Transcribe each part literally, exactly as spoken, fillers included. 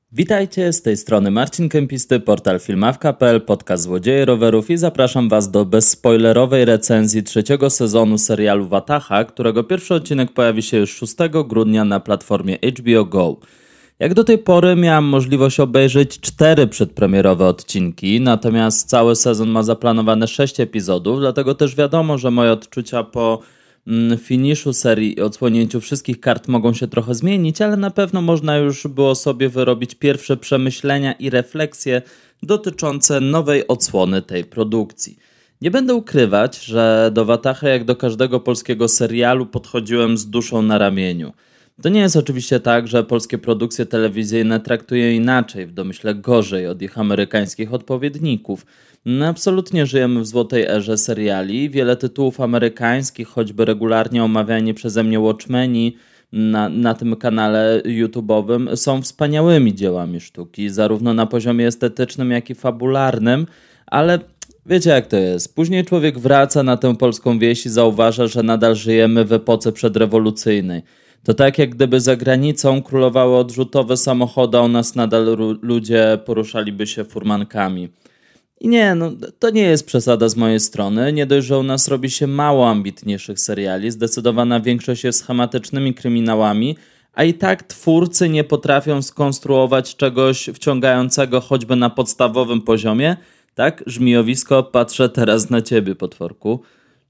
Witajcie, z tej strony Marcin Kępisty, portal filmawka kropka pe el, podcast Złodzieje Rowerów i zapraszam Was do bezspoilerowej recenzji trzeciego sezonu serialu Wataha, którego pierwszy odcinek pojawi się już szóstego grudnia na platformie H B O Go. Jak do tej pory miałem możliwość obejrzeć cztery przedpremierowe odcinki, natomiast cały sezon ma zaplanowane sześć epizodów, dlatego też wiadomo, że moje odczucia po finiszu serii i odsłonięciu wszystkich kart mogą się trochę zmienić, ale na pewno można już było sobie wyrobić pierwsze przemyślenia i refleksje dotyczące nowej odsłony tej produkcji. Nie będę ukrywać, że do Watahy jak do każdego polskiego serialu podchodziłem z duszą na ramieniu. To nie jest oczywiście tak, że polskie produkcje telewizyjne traktują inaczej, w domyśle gorzej od ich amerykańskich odpowiedników. No, absolutnie żyjemy w złotej erze seriali. Wiele tytułów amerykańskich, choćby regularnie omawiani przeze mnie Watchmeni na, na tym kanale YouTube'owym, są wspaniałymi dziełami sztuki, zarówno na poziomie estetycznym, jak i fabularnym, ale wiecie jak to jest. Później człowiek wraca na tę polską wieś i zauważa, że nadal żyjemy w epoce przedrewolucyjnej. To tak jak gdyby za granicą królowały odrzutowe samochody, a u nas nadal ru- ludzie poruszaliby się furmankami. I nie, no to nie jest przesada z mojej strony. Nie dość, że u nas robi się mało ambitniejszych seriali, zdecydowana większość jest schematycznymi kryminałami, a i tak twórcy nie potrafią skonstruować czegoś wciągającego choćby na podstawowym poziomie. Tak, żmijowisko, patrzę teraz na ciebie, potworku.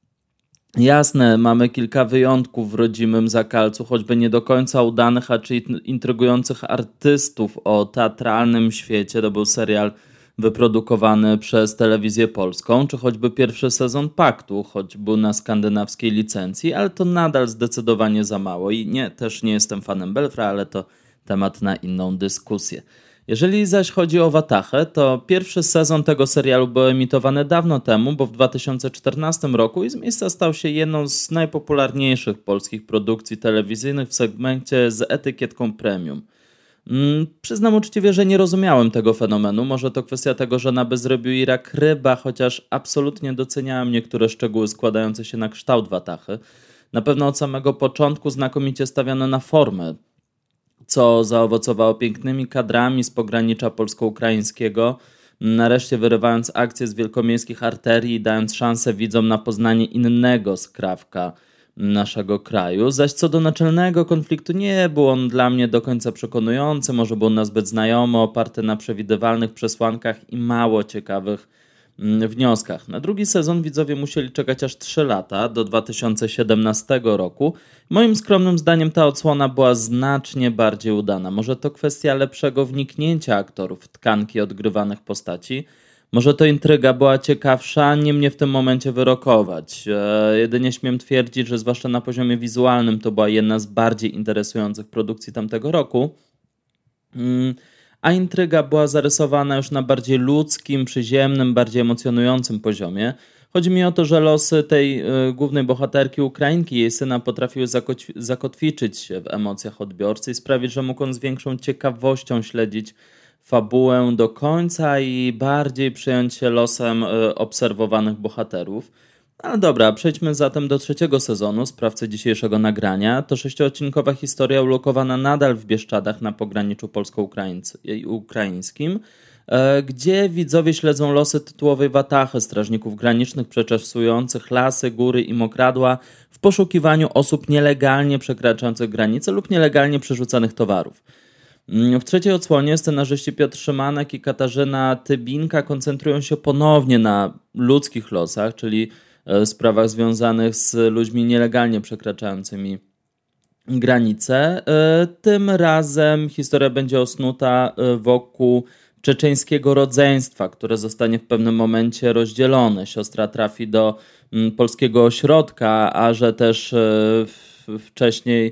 Jasne, mamy kilka wyjątków w rodzimym Zakalcu, choćby nie do końca udanych, a czy intrygujących artystów o teatralnym świecie. To był serial wyprodukowany przez Telewizję Polską, czy choćby pierwszy sezon Paktu, choć był na skandynawskiej licencji, ale to nadal zdecydowanie za mało i nie, też nie jestem fanem Belfra, ale to temat na inną dyskusję. Jeżeli zaś chodzi o Watahę, to pierwszy sezon tego serialu był emitowany dawno temu, bo w dwa tysiące czternastym roku i z miejsca stał się jedną z najpopularniejszych polskich produkcji telewizyjnych w segmencie z etykietką premium. Hmm, przyznam uczciwie, że nie rozumiałem tego fenomenu. Może to kwestia tego, że na bezrobiu i rak ryba, chociaż absolutnie doceniałem niektóre szczegóły składające się na kształt Watahy. Na pewno od samego początku znakomicie stawiano na formę, co zaowocowało pięknymi kadrami z pogranicza polsko-ukraińskiego, nareszcie wyrywając akcję z wielkomiejskich arterii i dając szansę widzom na poznanie innego skrawka naszego kraju. Zaś co do naczelnego konfliktu, nie był on dla mnie do końca przekonujący, może był nazbyt znajomy, oparty na przewidywalnych przesłankach i mało ciekawych wnioskach. Na drugi sezon widzowie musieli czekać aż trzy lata, do dwa tysiące siedemnastego roku. Moim skromnym zdaniem ta odsłona była znacznie bardziej udana. Może to kwestia lepszego wniknięcia aktorów w tkanki odgrywanych postaci. Może to intryga była ciekawsza, nie mnie w tym momencie wyrokować. E, jedynie śmiem twierdzić, że zwłaszcza na poziomie wizualnym to była jedna z bardziej interesujących produkcji tamtego roku. Mm. A intryga była zarysowana już na bardziej ludzkim, przyziemnym, bardziej emocjonującym poziomie. Chodzi mi o to, że losy tej y, głównej bohaterki Ukrainki i jej syna potrafiły zakoć- zakotwiczyć się w emocjach odbiorcy i sprawić, że mógł on z większą ciekawością śledzić fabułę do końca i bardziej przyjąć się losem y, obserwowanych bohaterów. Ale dobra, przejdźmy zatem do trzeciego sezonu, sprawcy dzisiejszego nagrania. To sześciodcinkowa historia ulokowana nadal w Bieszczadach na pograniczu polsko-ukraińskim, gdzie widzowie śledzą losy tytułowej Watahy, strażników granicznych przeczesujących lasy, góry i mokradła w poszukiwaniu osób nielegalnie przekraczających granice lub nielegalnie przerzucanych towarów. W trzeciej odsłonie scenarzyści Piotr Szymanek i Katarzyna Tybinka koncentrują się ponownie na ludzkich losach, czyli sprawach związanych z ludźmi nielegalnie przekraczającymi granice. Tym razem historia będzie osnuta wokół czeczeńskiego rodzeństwa, które zostanie w pewnym momencie rozdzielone. Siostra trafi do polskiego ośrodka, a że też wcześniej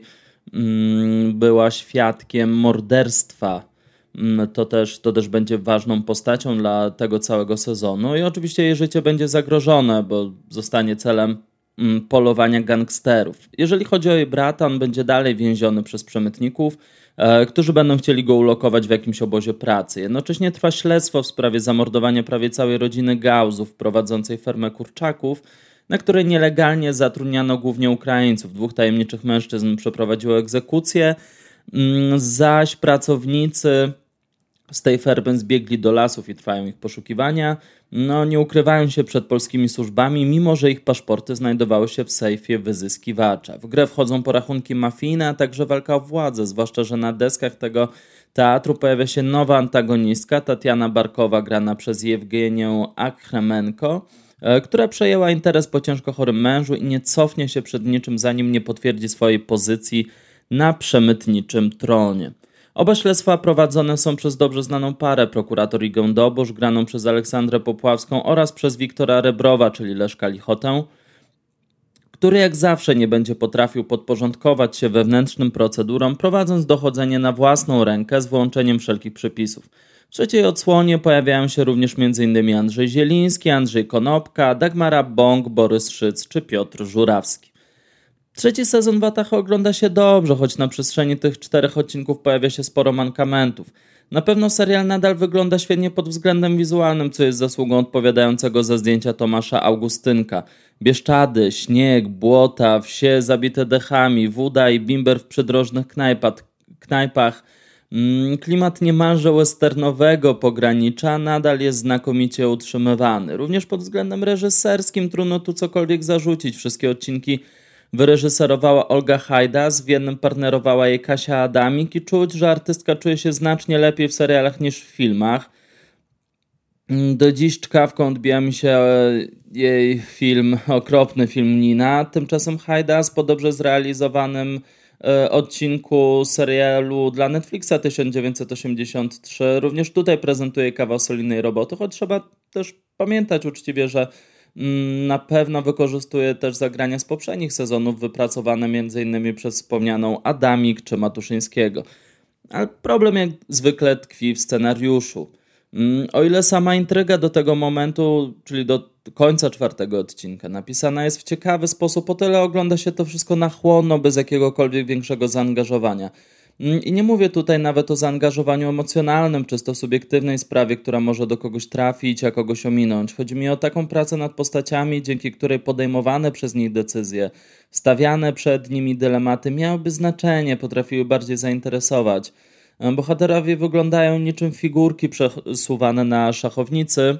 była świadkiem morderstwa, to też, to też będzie ważną postacią dla tego całego sezonu i oczywiście jej życie będzie zagrożone, bo zostanie celem polowania gangsterów. Jeżeli chodzi o jej brata, on będzie dalej więziony przez przemytników, e, którzy będą chcieli go ulokować w jakimś obozie pracy. Jednocześnie trwa śledztwo w sprawie zamordowania prawie całej rodziny Gałzów prowadzącej fermę kurczaków, na której nielegalnie zatrudniano głównie Ukraińców. Dwóch tajemniczych mężczyzn przeprowadziło egzekucję, zaś pracownicy z tej fermy zbiegli do lasów i trwają ich poszukiwania. No, nie ukrywają się przed polskimi służbami, mimo że ich paszporty znajdowały się w sejfie wyzyskiwacza. W grę wchodzą porachunki mafijne, a także walka o władzę, zwłaszcza że na deskach tego teatru pojawia się nowa antagonistka, Tatiana Barkowa, grana przez Jewgenię Achremenko, która przejęła interes po ciężko chorym mężu i nie cofnie się przed niczym, zanim nie potwierdzi swojej pozycji na przemytniczym tronie. Oba śledztwa prowadzone są przez dobrze znaną parę, prokurator Igę Dobosz, graną przez Aleksandrę Popławską, oraz przez Wiktora Rebrowa, czyli Leszka Lichotę, który jak zawsze nie będzie potrafił podporządkować się wewnętrznym procedurom, prowadząc dochodzenie na własną rękę z wyłączeniem wszelkich przepisów. W trzeciej odsłonie pojawiają się również między innymi Andrzej Zieliński, Andrzej Konopka, Dagmara Bąk, Borys Szyc czy Piotr Żurawski. Trzeci sezon Wataha ogląda się dobrze, choć na przestrzeni tych czterech odcinków pojawia się sporo mankamentów. Na pewno serial nadal wygląda świetnie pod względem wizualnym, co jest zasługą odpowiadającego za zdjęcia Tomasza Augustynka. Bieszczady, śnieg, błota, wsie zabite dechami, woda i bimber w przydrożnych knajpach, knajpach. Klimat niemalże westernowego pogranicza nadal jest znakomicie utrzymywany. Również pod względem reżyserskim trudno tu cokolwiek zarzucić. Wszystkie odcinki wyreżyserowała Olga Hajdas, w jednym partnerowała jej Kasia Adamik i czuć, że artystka czuje się znacznie lepiej w serialach niż w filmach. Do dziś czkawką odbija mi się jej film, okropny film Nina. Tymczasem Hajdas po dobrze zrealizowanym odcinku serialu dla Netflixa tysiąc dziewięćset osiemdziesiąt trzy również tutaj prezentuje kawał solidnej roboty, choć trzeba też pamiętać uczciwie, że na pewno wykorzystuje też zagrania z poprzednich sezonów wypracowane między innymi przez wspomnianą Adamik czy Matuszyńskiego. Ale problem jak zwykle tkwi w scenariuszu. O ile sama intryga do tego momentu, czyli do końca czwartego odcinka, napisana jest w ciekawy sposób, o tyle ogląda się to wszystko na chłodno, bez jakiegokolwiek większego zaangażowania. I nie mówię tutaj nawet o zaangażowaniu emocjonalnym, czysto subiektywnej sprawie, która może do kogoś trafić, a kogoś ominąć. Chodzi mi o taką pracę nad postaciami, dzięki której podejmowane przez nich decyzje, stawiane przed nimi dylematy miałyby znaczenie, potrafiły bardziej zainteresować. Bohaterowie wyglądają niczym figurki przesuwane na szachownicy,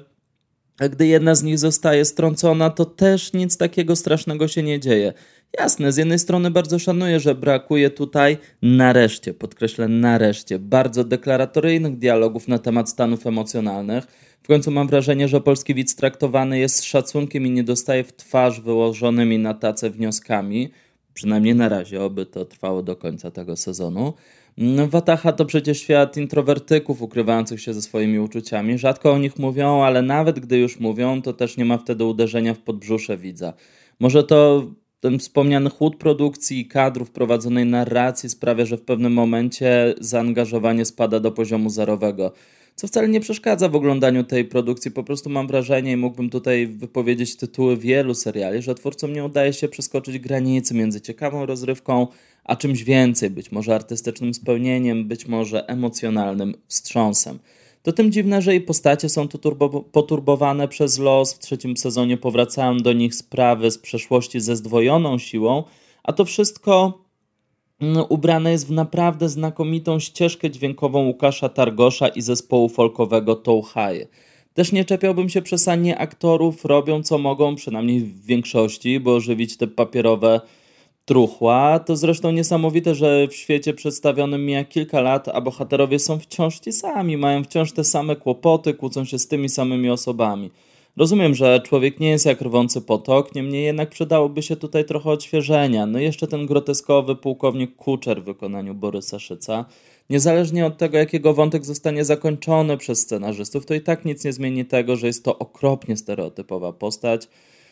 a gdy jedna z nich zostaje strącona, to też nic takiego strasznego się nie dzieje. Jasne, z jednej strony bardzo szanuję, że brakuje tutaj nareszcie, podkreślę nareszcie, bardzo deklaratoryjnych dialogów na temat stanów emocjonalnych. W końcu mam wrażenie, że polski widz traktowany jest z szacunkiem i nie dostaje w twarz wyłożonymi na tacę wnioskami. Przynajmniej na razie, oby to trwało do końca tego sezonu. Wataha to przecież świat introwertyków ukrywających się ze swoimi uczuciami. Rzadko o nich mówią, ale nawet gdy już mówią, to też nie ma wtedy uderzenia w podbrzusze widza. Może to ten wspomniany chłód produkcji i kadrów prowadzonej narracji sprawia, że w pewnym momencie zaangażowanie spada do poziomu zerowego. Co wcale nie przeszkadza w oglądaniu tej produkcji, po prostu mam wrażenie i mógłbym tutaj wypowiedzieć tytuły wielu seriali, że twórcom nie udaje się przeskoczyć granicy między ciekawą rozrywką a czymś więcej, być może artystycznym spełnieniem, być może emocjonalnym wstrząsem. To tym dziwne, że i postacie są tu turbo- poturbowane przez los, w trzecim sezonie powracają do nich sprawy z przeszłości ze zdwojoną siłą, a to wszystko no, ubrane jest w naprawdę znakomitą ścieżkę dźwiękową Łukasza Targosza i zespołu folkowego Touhaje. Też nie czepiałbym się przesadnie aktorów, robią co mogą, przynajmniej w większości, by ożywić te papierowe truchła. To zresztą niesamowite, że w świecie przedstawionym mija kilka lat, a bohaterowie są wciąż ci sami, mają wciąż te same kłopoty, kłócą się z tymi samymi osobami. Rozumiem, że człowiek nie jest jak rwący potok, niemniej jednak przydałoby się tutaj trochę odświeżenia. No i jeszcze ten groteskowy pułkownik Kuczer w wykonaniu Borysa Szyca. Niezależnie od tego, jakiego wątek zostanie zakończony przez scenarzystów, to i tak nic nie zmieni tego, że jest to okropnie stereotypowa postać,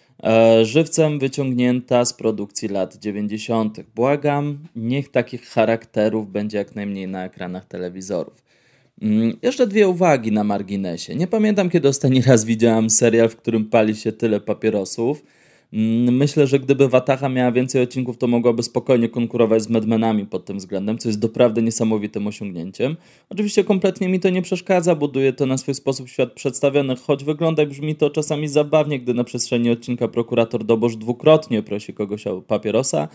e, żywcem wyciągnięta z produkcji lat dziewięćdziesiątych. Błagam, niech takich charakterów będzie jak najmniej na ekranach telewizorów. Jeszcze dwie uwagi na marginesie. Nie pamiętam, kiedy ostatni raz widziałam serial, w którym pali się tyle papierosów. Myślę, że gdyby Wataha miała więcej odcinków, to mogłaby spokojnie konkurować z Mad Menami pod tym względem, co jest doprawdy niesamowitym osiągnięciem. Oczywiście kompletnie mi to nie przeszkadza, buduje to na swój sposób świat przedstawiony, choć wygląda i brzmi to czasami zabawnie, gdy na przestrzeni odcinka prokurator Dobosz dwukrotnie prosi kogoś o papierosa,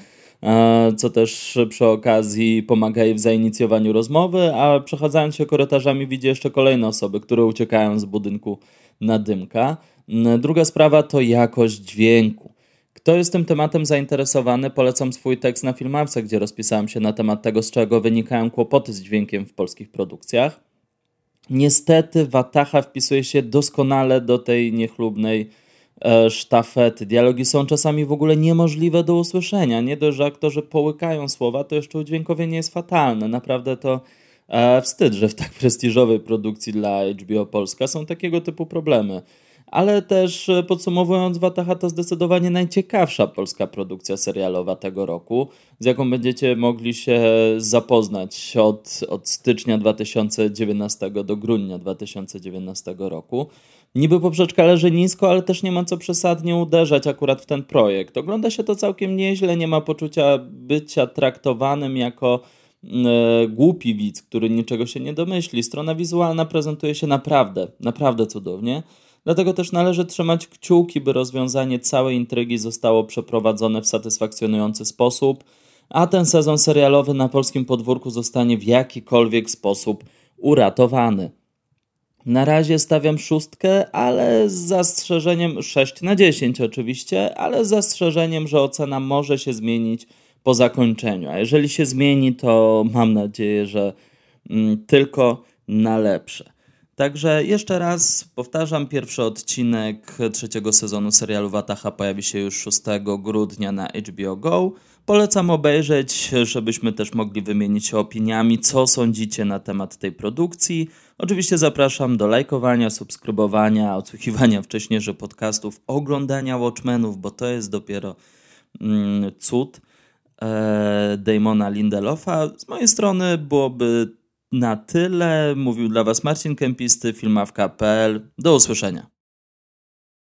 co też przy okazji pomaga jej w zainicjowaniu rozmowy, a przechadzając się korytarzami widzi jeszcze kolejne osoby, które uciekają z budynku na Dymka. Druga sprawa to jakość dźwięku. Kto jest tym tematem zainteresowany, polecam swój tekst na Filmawce, gdzie rozpisałem się na temat tego, z czego wynikają kłopoty z dźwiękiem w polskich produkcjach. Niestety Wataha wpisuje się doskonale do tej niechlubnej e, sztafety. Dialogi są czasami w ogóle niemożliwe do usłyszenia. Nie dość, że aktorzy połykają słowa, to jeszcze udźwiękowienie jest fatalne. Naprawdę to e, wstyd, że w tak prestiżowej produkcji dla H B O Polska są takiego typu problemy. Ale też podsumowując, Wataha to zdecydowanie najciekawsza polska produkcja serialowa tego roku, z jaką będziecie mogli się zapoznać od, od stycznia dwa tysiące dziewiętnastego do grudnia dwa tysiące dziewiętnastego roku. Niby poprzeczka leży nisko, ale też nie ma co przesadnie uderzać akurat w ten projekt. Ogląda się to całkiem nieźle, nie ma poczucia bycia traktowanym jako e, głupi widz, który niczego się nie domyśli. Strona wizualna prezentuje się naprawdę, naprawdę cudownie. Dlatego też należy trzymać kciuki, by rozwiązanie całej intrygi zostało przeprowadzone w satysfakcjonujący sposób, a ten sezon serialowy na polskim podwórku zostanie w jakikolwiek sposób uratowany. Na razie stawiam szóstkę, ale z zastrzeżeniem sześć na dziesięć oczywiście, ale z zastrzeżeniem, że ocena może się zmienić po zakończeniu. A jeżeli się zmieni, to mam nadzieję, że mm, tylko na lepsze. Także jeszcze raz powtarzam, pierwszy odcinek trzeciego sezonu serialu Wataha pojawi się już szóstego grudnia na H B O Go. Polecam obejrzeć, żebyśmy też mogli wymienić się opiniami, co sądzicie na temat tej produkcji. Oczywiście zapraszam do lajkowania, subskrybowania, odsłuchiwania wcześniejszych podcastów, oglądania Watchmenów, bo to jest dopiero mm, cud e, Damona Lindelofa. Z mojej strony byłoby na tyle. Mówił dla Was Marcin Kępisty, filmawka kropka p l. Do usłyszenia.